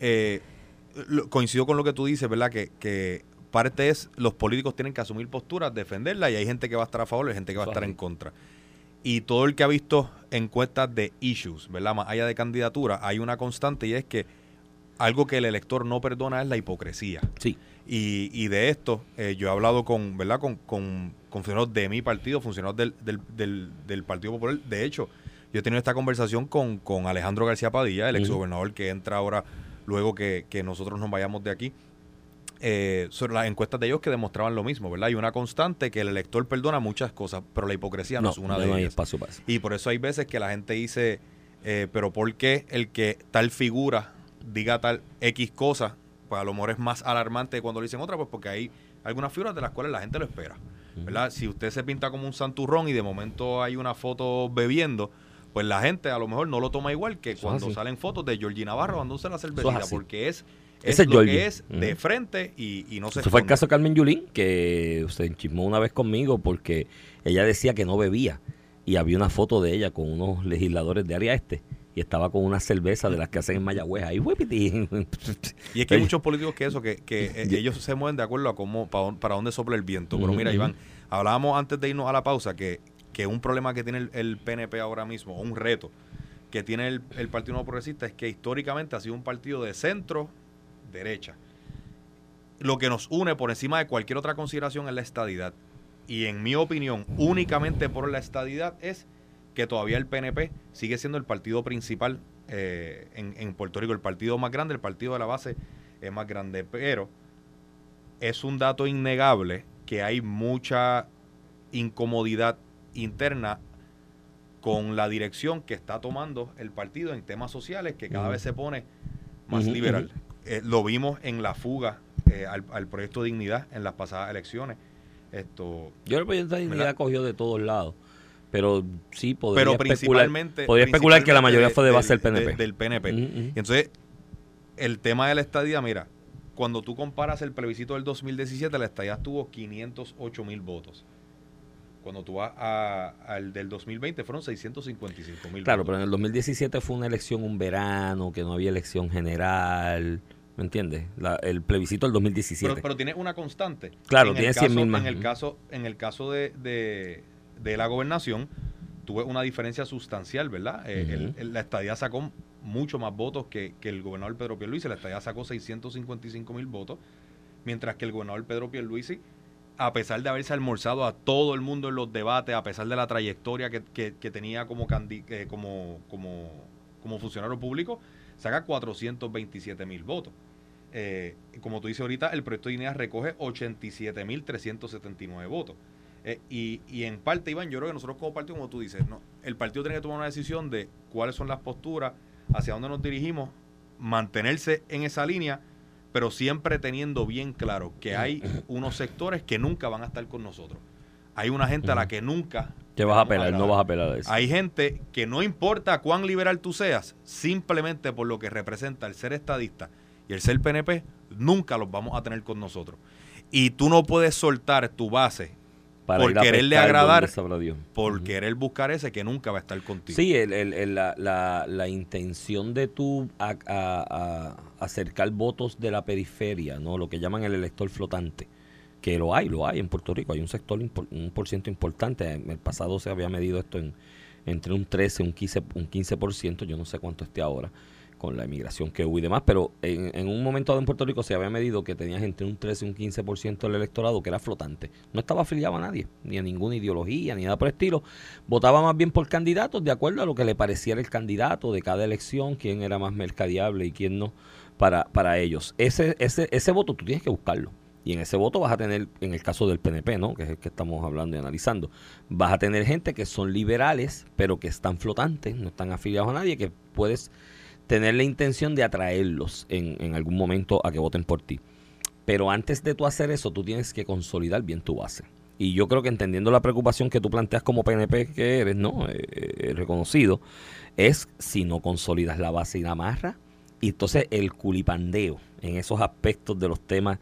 coincido con lo que tú dices, ¿verdad? Que parte es, los políticos tienen que asumir posturas, defenderla, y hay gente que va a estar a favor y hay gente que va a estar en contra. Y todo el que ha visto encuestas de issues, ¿verdad? Más allá de candidatura, hay una constante y es que algo que el elector no perdona es la hipocresía. Sí. Y de esto, yo he hablado con funcionarios de mi partido, funcionarios del Partido Popular. De hecho, yo he tenido esta conversación con Alejandro García Padilla, el exgobernador que entra ahora luego que nosotros nos vayamos de aquí, sobre las encuestas de ellos que demostraban lo mismo, ¿verdad? Hay una constante que el elector perdona muchas cosas, pero la hipocresía no es una de ellas. No hay espacio para eso. Y por eso hay veces que la gente dice, pero ¿por qué el que tal figura diga tal X cosa? Pues a lo mejor es más alarmante cuando le dicen otra, pues porque hay algunas figuras de las cuales la gente lo espera, ¿verdad? Si usted se pinta como un santurrón y de momento hay una foto bebiendo, pues la gente a lo mejor no lo toma igual que cuando salen fotos de Georgie Navarro dándose la cervecita, porque es lo que es de frente y no se esconde. Fue el caso de Carmen Yulín, que se enchismó una vez conmigo porque ella decía que no bebía y había una foto de ella con unos legisladores de área este y estaba con una cerveza de las que hacen en Mayagüez ahí, y es que hay muchos políticos que ellos se mueven de acuerdo a para dónde sopla el viento. Pero mira, Iván, hablábamos antes de irnos a la pausa que un problema que tiene el PNP ahora mismo, o un reto que tiene el Partido Nuevo Progresista, es que históricamente ha sido un partido de centro-derecha. Lo que nos une por encima de cualquier otra consideración es la estadidad. Y en mi opinión, únicamente por la estadidad es que todavía el PNP sigue siendo el partido principal en Puerto Rico, el partido más grande, el partido de la base es más grande. Pero es un dato innegable que hay mucha incomodidad interna con la dirección que está tomando el partido en temas sociales, que cada vez se pone más liberal. Lo vimos en la fuga al Proyecto Dignidad en las pasadas elecciones. Yo creo que el Proyecto Dignidad cogió de todos lados, pero sí podría especular que la mayoría fue de base del PNP. Del PNP. Y entonces, el tema de la estadía, mira, cuando tú comparas el plebiscito del 2017, la estadía tuvo 508,000 votos. Cuando tú vas al del 2020 fueron 655,000. Claro, pero en el 2017 fue una elección, un verano, que no había elección general, ¿me entiendes? El plebiscito del 2017. Pero tiene una constante. Claro, tiene 100,000 más. En el caso de la gobernación, tuve una diferencia sustancial, ¿verdad? La estadía sacó mucho más votos que el gobernador Pedro Pierluisi. La estadía sacó 655,000 votos, mientras que el gobernador Pedro Pierluisi, a pesar de haberse almorzado a todo el mundo en los debates, a pesar de la trayectoria que tenía como funcionario público, saca 427,000 votos. Como tú dices ahorita, el Proyecto de Dignidad recoge 87,379 votos. Y en parte, Iván, yo creo que nosotros como partido, como tú dices, no, el partido tiene que tomar una decisión de cuáles son las posturas, hacia dónde nos dirigimos, mantenerse en esa línea, pero siempre teniendo bien claro que hay unos sectores que nunca van a estar con nosotros. Hay una gente a la que nunca te vas a pelar, no vas a pelar de eso. Hay gente que no importa cuán liberal tú seas, simplemente por lo que representa el ser estadista y el ser PNP, nunca los vamos a tener con nosotros. Y tú no puedes soltar tu base por quererle agradar, por querer buscar ese que nunca va a estar contigo. Sí, la intención de tú a acercar votos de la periferia, ¿no? Lo que llaman el elector flotante, que lo hay en Puerto Rico, hay un sector, un porciento importante. En el pasado se había medido esto entre un 13, un 15%, yo no sé cuánto esté ahora, con la emigración que hubo y demás, pero en un momento dado en Puerto Rico se había medido que tenías entre un 13 y un 15% del electorado que era flotante. No estaba afiliado a nadie, ni a ninguna ideología, ni nada por el estilo. Votaba más bien por candidatos de acuerdo a lo que le pareciera el candidato de cada elección, quién era más mercadeable y quién no para ellos. Ese voto tú tienes que buscarlo. Y en ese voto vas a tener, en el caso del PNP, ¿no?, que es el que estamos hablando y analizando, vas a tener gente que son liberales, pero que están flotantes, no están afiliados a nadie, que puedes tener la intención de atraerlos en algún momento a que voten por ti. Pero antes de tú hacer eso, tú tienes que consolidar bien tu base. Y yo creo que entendiendo la preocupación que tú planteas como PNP que eres, ¿no?, reconocido, es si no consolidas la base y la amarra, y entonces el culipandeo en esos aspectos de los temas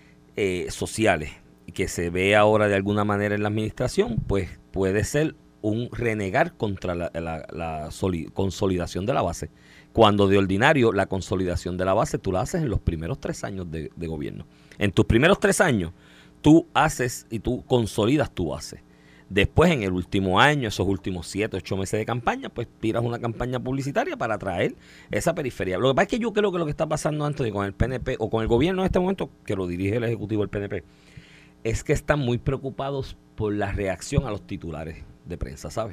sociales que se ve ahora de alguna manera en la administración, pues puede ser un renegar contra la consolidación de la base, cuando de ordinario la consolidación de la base tú la haces en los primeros 3 años de gobierno. En tus primeros 3 años tú haces y tú consolidas tu base. Después, en el último año, esos últimos 7, 8 meses de campaña, pues tiras una campaña publicitaria para atraer esa periferia. Lo que pasa es que yo creo que lo que está pasando, Anthony, con el PNP o con el gobierno en este momento, que lo dirige el ejecutivo del PNP, es que están muy preocupados por la reacción a los titulares de prensa, ¿sabes?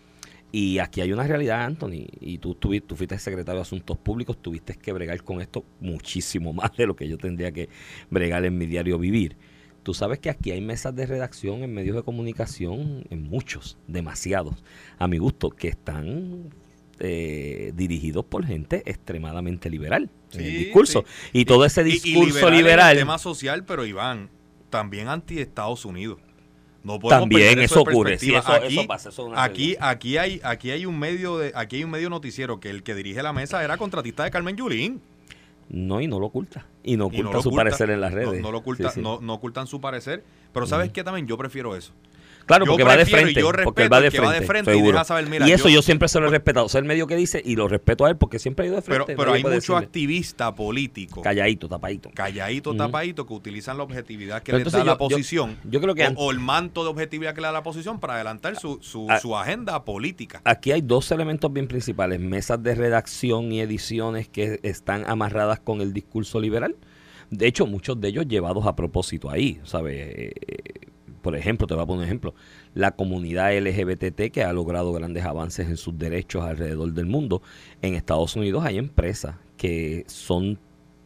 Y aquí hay una realidad, Anthony, y tú fuiste secretario de Asuntos Públicos, tuviste que bregar con esto muchísimo más de lo que yo tendría que bregar en mi diario vivir. Tú sabes que aquí hay mesas de redacción en medios de comunicación, en muchos, demasiados, a mi gusto, que están dirigidos por gente extremadamente liberal en el discurso. Sí. Y todo ese discurso liberal... en el tema social, pero Iván, también anti-Estados Unidos. No podemos también eso ocurre. Sí, eso pasa. Aquí hay un medio noticiero que el que dirige la mesa era contratista de Carmen Yulín. No, y no lo oculta. Y no oculta su parecer en las redes. No lo oculta, sí. No ocultan su parecer. Pero ¿sabes qué? También yo prefiero eso. Claro, porque va de frente. Porque él va de frente. Y deja saber, mira, y eso yo siempre se lo he respetado. O sea, el medio que dice, y lo respeto a él porque siempre ha ido de frente. Pero hay mucho activista político. Calladito, tapadito, que utilizan la objetividad que les da la posición. Yo creo que o el manto de objetividad que le da la posición para adelantar su agenda política. Aquí hay 2 elementos bien principales. Mesas de redacción y ediciones que están amarradas con el discurso liberal. De hecho, muchos de ellos llevados a propósito ahí, ¿sabes? Por ejemplo, te voy a poner un ejemplo, la comunidad LGBT que ha logrado grandes avances en sus derechos alrededor del mundo. En Estados Unidos hay empresas que son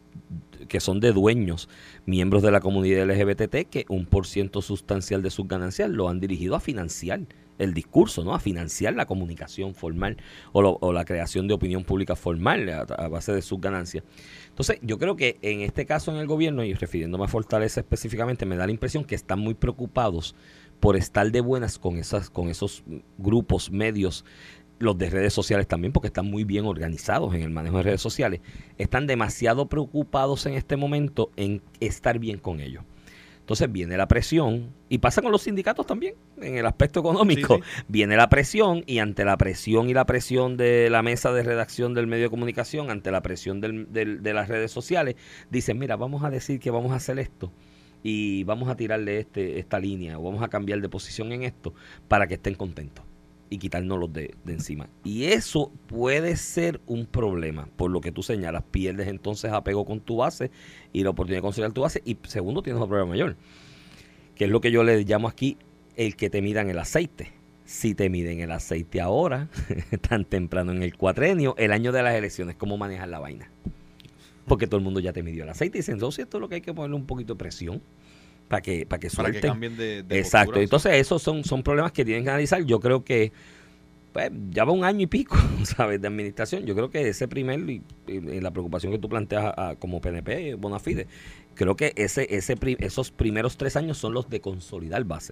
de dueños, miembros de la comunidad LGBT, que un % sustancial de sus ganancias lo han dirigido a financiar el discurso, ¿no? A financiar la comunicación formal o la creación de opinión pública formal a base de sus ganancias. Entonces, yo creo que en este caso en el gobierno, y refiriéndome a Fortaleza específicamente, me da la impresión que están muy preocupados por estar de buenas con esos grupos, medios, los de redes sociales también, porque están muy bien organizados en el manejo de redes sociales. Están demasiado preocupados en este momento en estar bien con ellos. Entonces viene la presión, y pasa con los sindicatos también, en el aspecto económico. Sí. Viene la presión, y ante la presión de la mesa de redacción del medio de comunicación, ante la presión de las redes sociales, dicen, mira, vamos a decir que vamos a hacer esto, y vamos a tirarle esta línea, o vamos a cambiar de posición en esto, para que estén contentos, y quitárnoslos de encima. Y eso puede ser un problema, por lo que tú señalas. Pierdes entonces apego con tu base y la oportunidad de consolidar tu base. Y segundo, tienes un problema mayor, que es lo que yo le llamo aquí el que te midan el aceite. Si te miden el aceite ahora, tan temprano en el cuatrenio, el año de las elecciones, ¿cómo manejar la vaina? Porque todo el mundo ya te midió el aceite y dicen, entonces esto es lo que hay que ponerle un poquito de presión para que suelten. Para que cambien de Exacto. postura, entonces esos son problemas que tienen que analizar. Yo creo que pues, ya va 1 año y pico, ¿sabes?, de administración. Yo creo que ese primer, y la preocupación que tú planteas como PNP, bona fide, creo que esos primeros 3 años son los de consolidar base.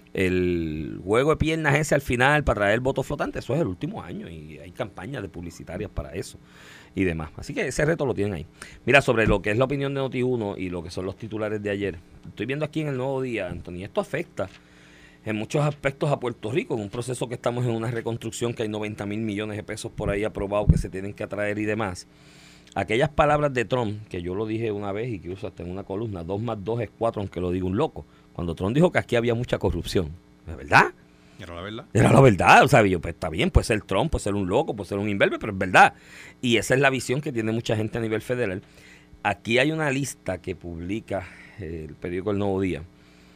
El juego de piernas ese al final para traer el voto flotante, eso es el último año y hay campañas de publicitarias para eso y demás. Así que ese reto lo tienen ahí. Mira, sobre lo que es la opinión de Noti1 y lo que son los titulares de ayer, estoy viendo aquí en el Nuevo Día, Anthony, esto afecta en muchos aspectos a Puerto Rico, en un proceso que estamos en una reconstrucción, que hay 90,000 millones de pesos por ahí aprobados que se tienen que atraer y demás. Aquellas palabras de Trump, que yo lo dije una vez y que uso hasta en una columna, 2 más 2 es 4, aunque lo diga un loco. Cuando Trump dijo que aquí había mucha corrupción, ¿es verdad? Era la verdad. Era la verdad, o sea, yo, pues está bien, puede ser Trump, puede ser un loco, puede ser un imberbe, pero es verdad. Y esa es la visión que tiene mucha gente a nivel federal. Aquí hay una lista que publica el periódico El Nuevo Día,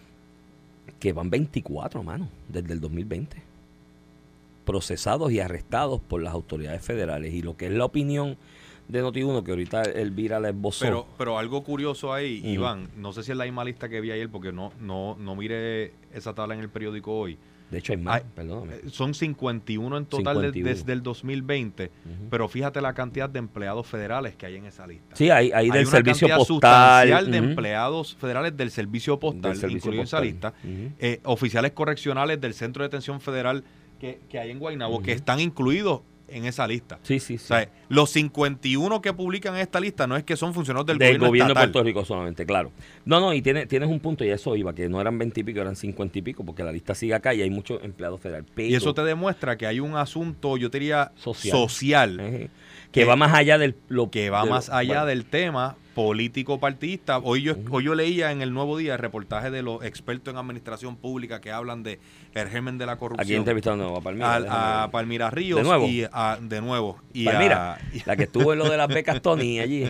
que van 24, mano, desde el 2020, procesados y arrestados por las autoridades federales. Y lo que es la opinión de Noti1 que ahorita Elvira la esbozó. Pero algo curioso ahí, Iván, no sé si es la misma lista que vi ayer porque no miré esa tabla en el periódico hoy. De hecho hay más, perdóname. Son 51 en total desde el 2020, pero fíjate la cantidad de empleados federales que hay en esa lista. Sí, hay del servicio postal. Sustancial de empleados federales del servicio postal, incluido en esa lista. Oficiales correccionales del Centro de Detención Federal que hay en Guaynabo, que están incluidos en esa lista. Sí. O sea, los 51 que publican en esta lista no es que son funcionarios del gobierno de estatal. Puerto Rico solamente, claro. No, y tienes un punto, y eso iba, que no eran 20 y pico, eran 50 y pico, porque la lista sigue acá y hay muchos empleados federales. Y eso te demuestra que hay un asunto, yo diría, social que va más allá del tema político partidista. Hoy yo leía en el Nuevo Día el reportaje de los expertos en administración pública que hablan de el germen de la corrupción. Aquí entrevistaron a Palmira. A Palmira Ríos. De nuevo. Palmira, la que estuvo en lo de las becas Tony allí.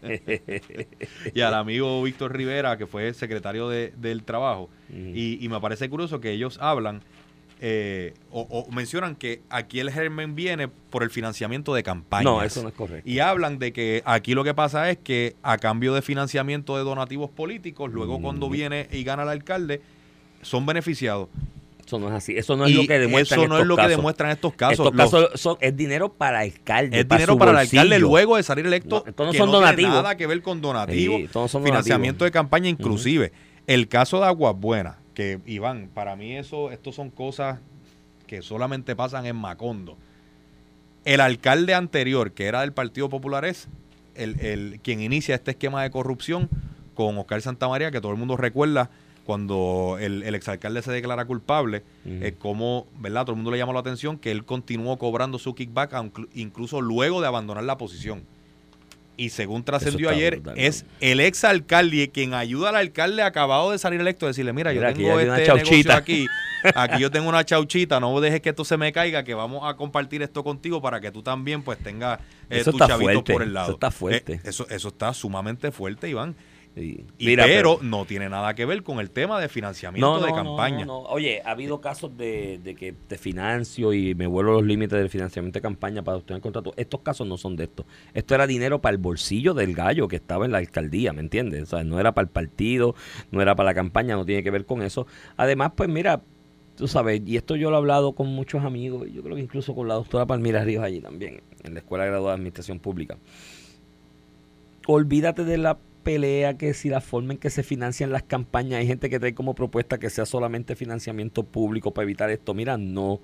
Y al amigo Víctor Rivera, que fue secretario del Trabajo. Y me parece curioso que ellos hablan o mencionan que aquí el germen viene por el financiamiento de campañas. No, eso no es correcto. Y hablan de que aquí lo que pasa es que a cambio de financiamiento de donativos políticos, luego cuando viene y gana el alcalde, son beneficiados. Eso no es así. Eso no es lo que demuestran Eso no es lo que demuestran estos casos. Estos casos es dinero para el alcalde. Es dinero para el alcalde luego de salir electo. Esto no son donativos. Tiene nada que ver con donativos. Sí, todos son financiamiento de campaña inclusive. El caso de Aguas Buenas, que Iván, para mí estos son cosas que solamente pasan en Macondo. El alcalde anterior, que era del Partido Popular, es quien inicia este esquema de corrupción con Oscar Santamaría, que todo el mundo recuerda cuando el exalcalde se declara culpable, como, ¿verdad? Todo el mundo le llamó la atención que él continuó cobrando su kickback incluso luego de abandonar la posición. Y según trascendió ayer, es el exalcalde quien ayuda al alcalde acabado de salir electo a decirle, mira, yo tengo este negocio aquí yo tengo una chauchita, no dejes que esto se me caiga, que vamos a compartir esto contigo para que tú también pues tengas tu chavito por el lado. Eso está fuerte. Eso está sumamente fuerte, Iván. Pero no tiene nada que ver con el tema de financiamiento de campaña. No. Oye, ha habido casos de que te financio y me vuelo los límites del financiamiento de campaña para obtener contrato. Estos casos no son de esto. Esto era dinero para el bolsillo del gallo que estaba en la alcaldía, ¿me entiendes? O sea, no era para el partido, no era para la campaña, no tiene que ver con eso. Además, pues mira, tú sabes, y esto yo lo he hablado con muchos amigos, yo creo que incluso con la doctora Palmira Ríos allí también, en la Escuela Graduada de Administración Pública. Olvídate de la pelea que si la forma en que se financian las campañas, hay gente que trae como propuesta que sea solamente financiamiento público para evitar esto. Mira, no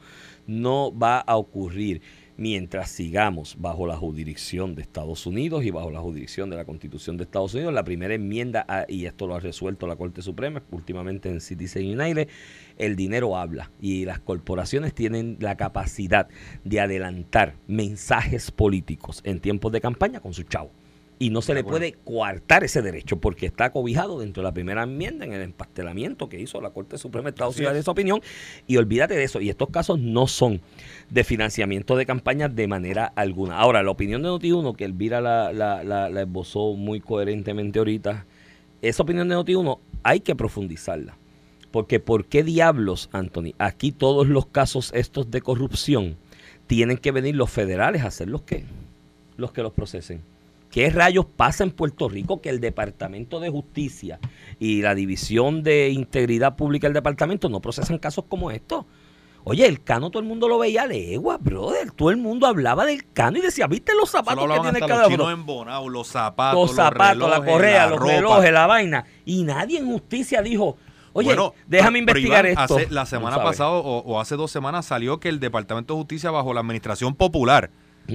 va a ocurrir mientras sigamos bajo la jurisdicción de Estados Unidos y bajo la jurisdicción de la Constitución de Estados Unidos. La primera enmienda, y esto lo ha resuelto la Corte Suprema últimamente en Citizen United, el dinero habla y las corporaciones tienen la capacidad de adelantar mensajes políticos en tiempos de campaña con su chavo. Y no se le puede coartar ese derecho porque está cobijado dentro de la primera enmienda en el empastelamiento que hizo la Corte Suprema de Estados Unidos de esa opinión. Y olvídate de eso. Y estos casos no son de financiamiento de campañas de manera alguna. Ahora, la opinión de Noti1, que Elvira la esbozó muy coherentemente ahorita, esa opinión de Noti1 hay que profundizarla. Porque ¿por qué diablos, Anthony? Aquí todos los casos estos de corrupción tienen que venir los federales a ser los que los procesen. ¿Qué rayos pasa en Puerto Rico que el Departamento de Justicia y la División de Integridad Pública del Departamento no procesan casos como estos? Oye, el Cano todo el mundo lo veía a legua, brother. Todo el mundo hablaba del Cano y decía, ¿viste los zapatos que tiene cada uno? Los chinos embonados, los zapatos, relojes, la correa, los relojes, la vaina. Y nadie en justicia dijo, oye, bueno, déjame investigar Iván, esto. La semana pasada o hace 2 semanas salió que el Departamento de Justicia bajo la Administración Popular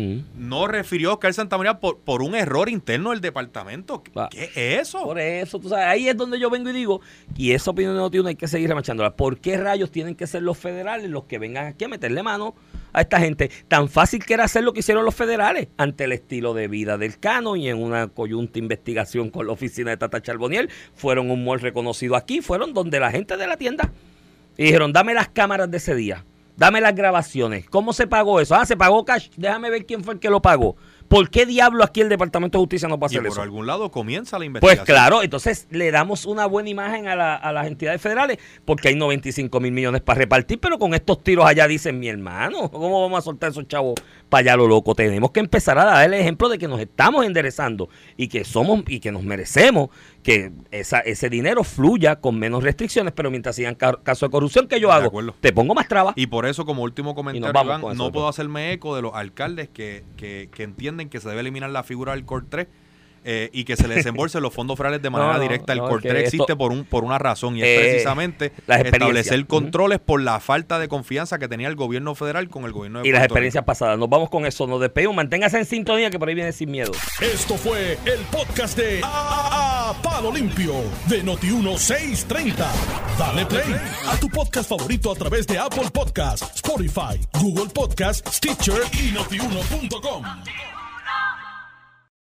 no refirió a Oscar Santamaría por un error interno del departamento. ¿Qué es eso? Por eso, tú sabes, ahí es donde yo vengo y digo, y esa opinión de Noti1 hay que seguir remachándola. ¿Por qué rayos tienen que ser los federales los que vengan aquí a meterle mano a esta gente? Tan fácil que era hacer lo que hicieron los federales ante el estilo de vida del Cano y en una coyunta investigación con la oficina de Tata Charboniel. Fueron un mall reconocido aquí, fueron donde la gente de la tienda y dijeron, dame las cámaras de ese día. Dame las grabaciones. ¿Cómo se pagó eso? Se pagó cash. Déjame ver quién fue el que lo pagó. ¿Por qué diablo aquí el Departamento de Justicia no puede hacer eso? Por algún lado comienza la investigación. Pues claro, entonces le damos una buena imagen a las entidades federales porque hay 95 mil millones para repartir, pero con estos tiros allá dicen, mi hermano, ¿cómo vamos a soltar esos chavos para allá lo loco. Tenemos que empezar a dar el ejemplo de que nos estamos enderezando y que somos y que nos merecemos que ese dinero fluya con menos restricciones, pero mientras sigan casos de corrupción que yo hago, te pongo más trabas. Y por eso, como último comentario, Iván, no puedo hacerme eco de los alcaldes que entienden que se debe eliminar la figura del COR 3 y que se le desembolsen los fondos federales de manera directa. El COR 3 existe por una razón, y es precisamente establecer controles por la falta de confianza que tenía el gobierno federal con el gobierno de Puerto Rico. Y las experiencias pasadas. Nos vamos con eso, nos despedimos. Manténgase en sintonía, que por ahí viene Sin Miedo. Esto fue el podcast de Palo Limpio de Noti1 630. Dale play a tu podcast favorito a través de Apple Podcasts, Spotify, Google Podcasts, Stitcher y Notiuno.com.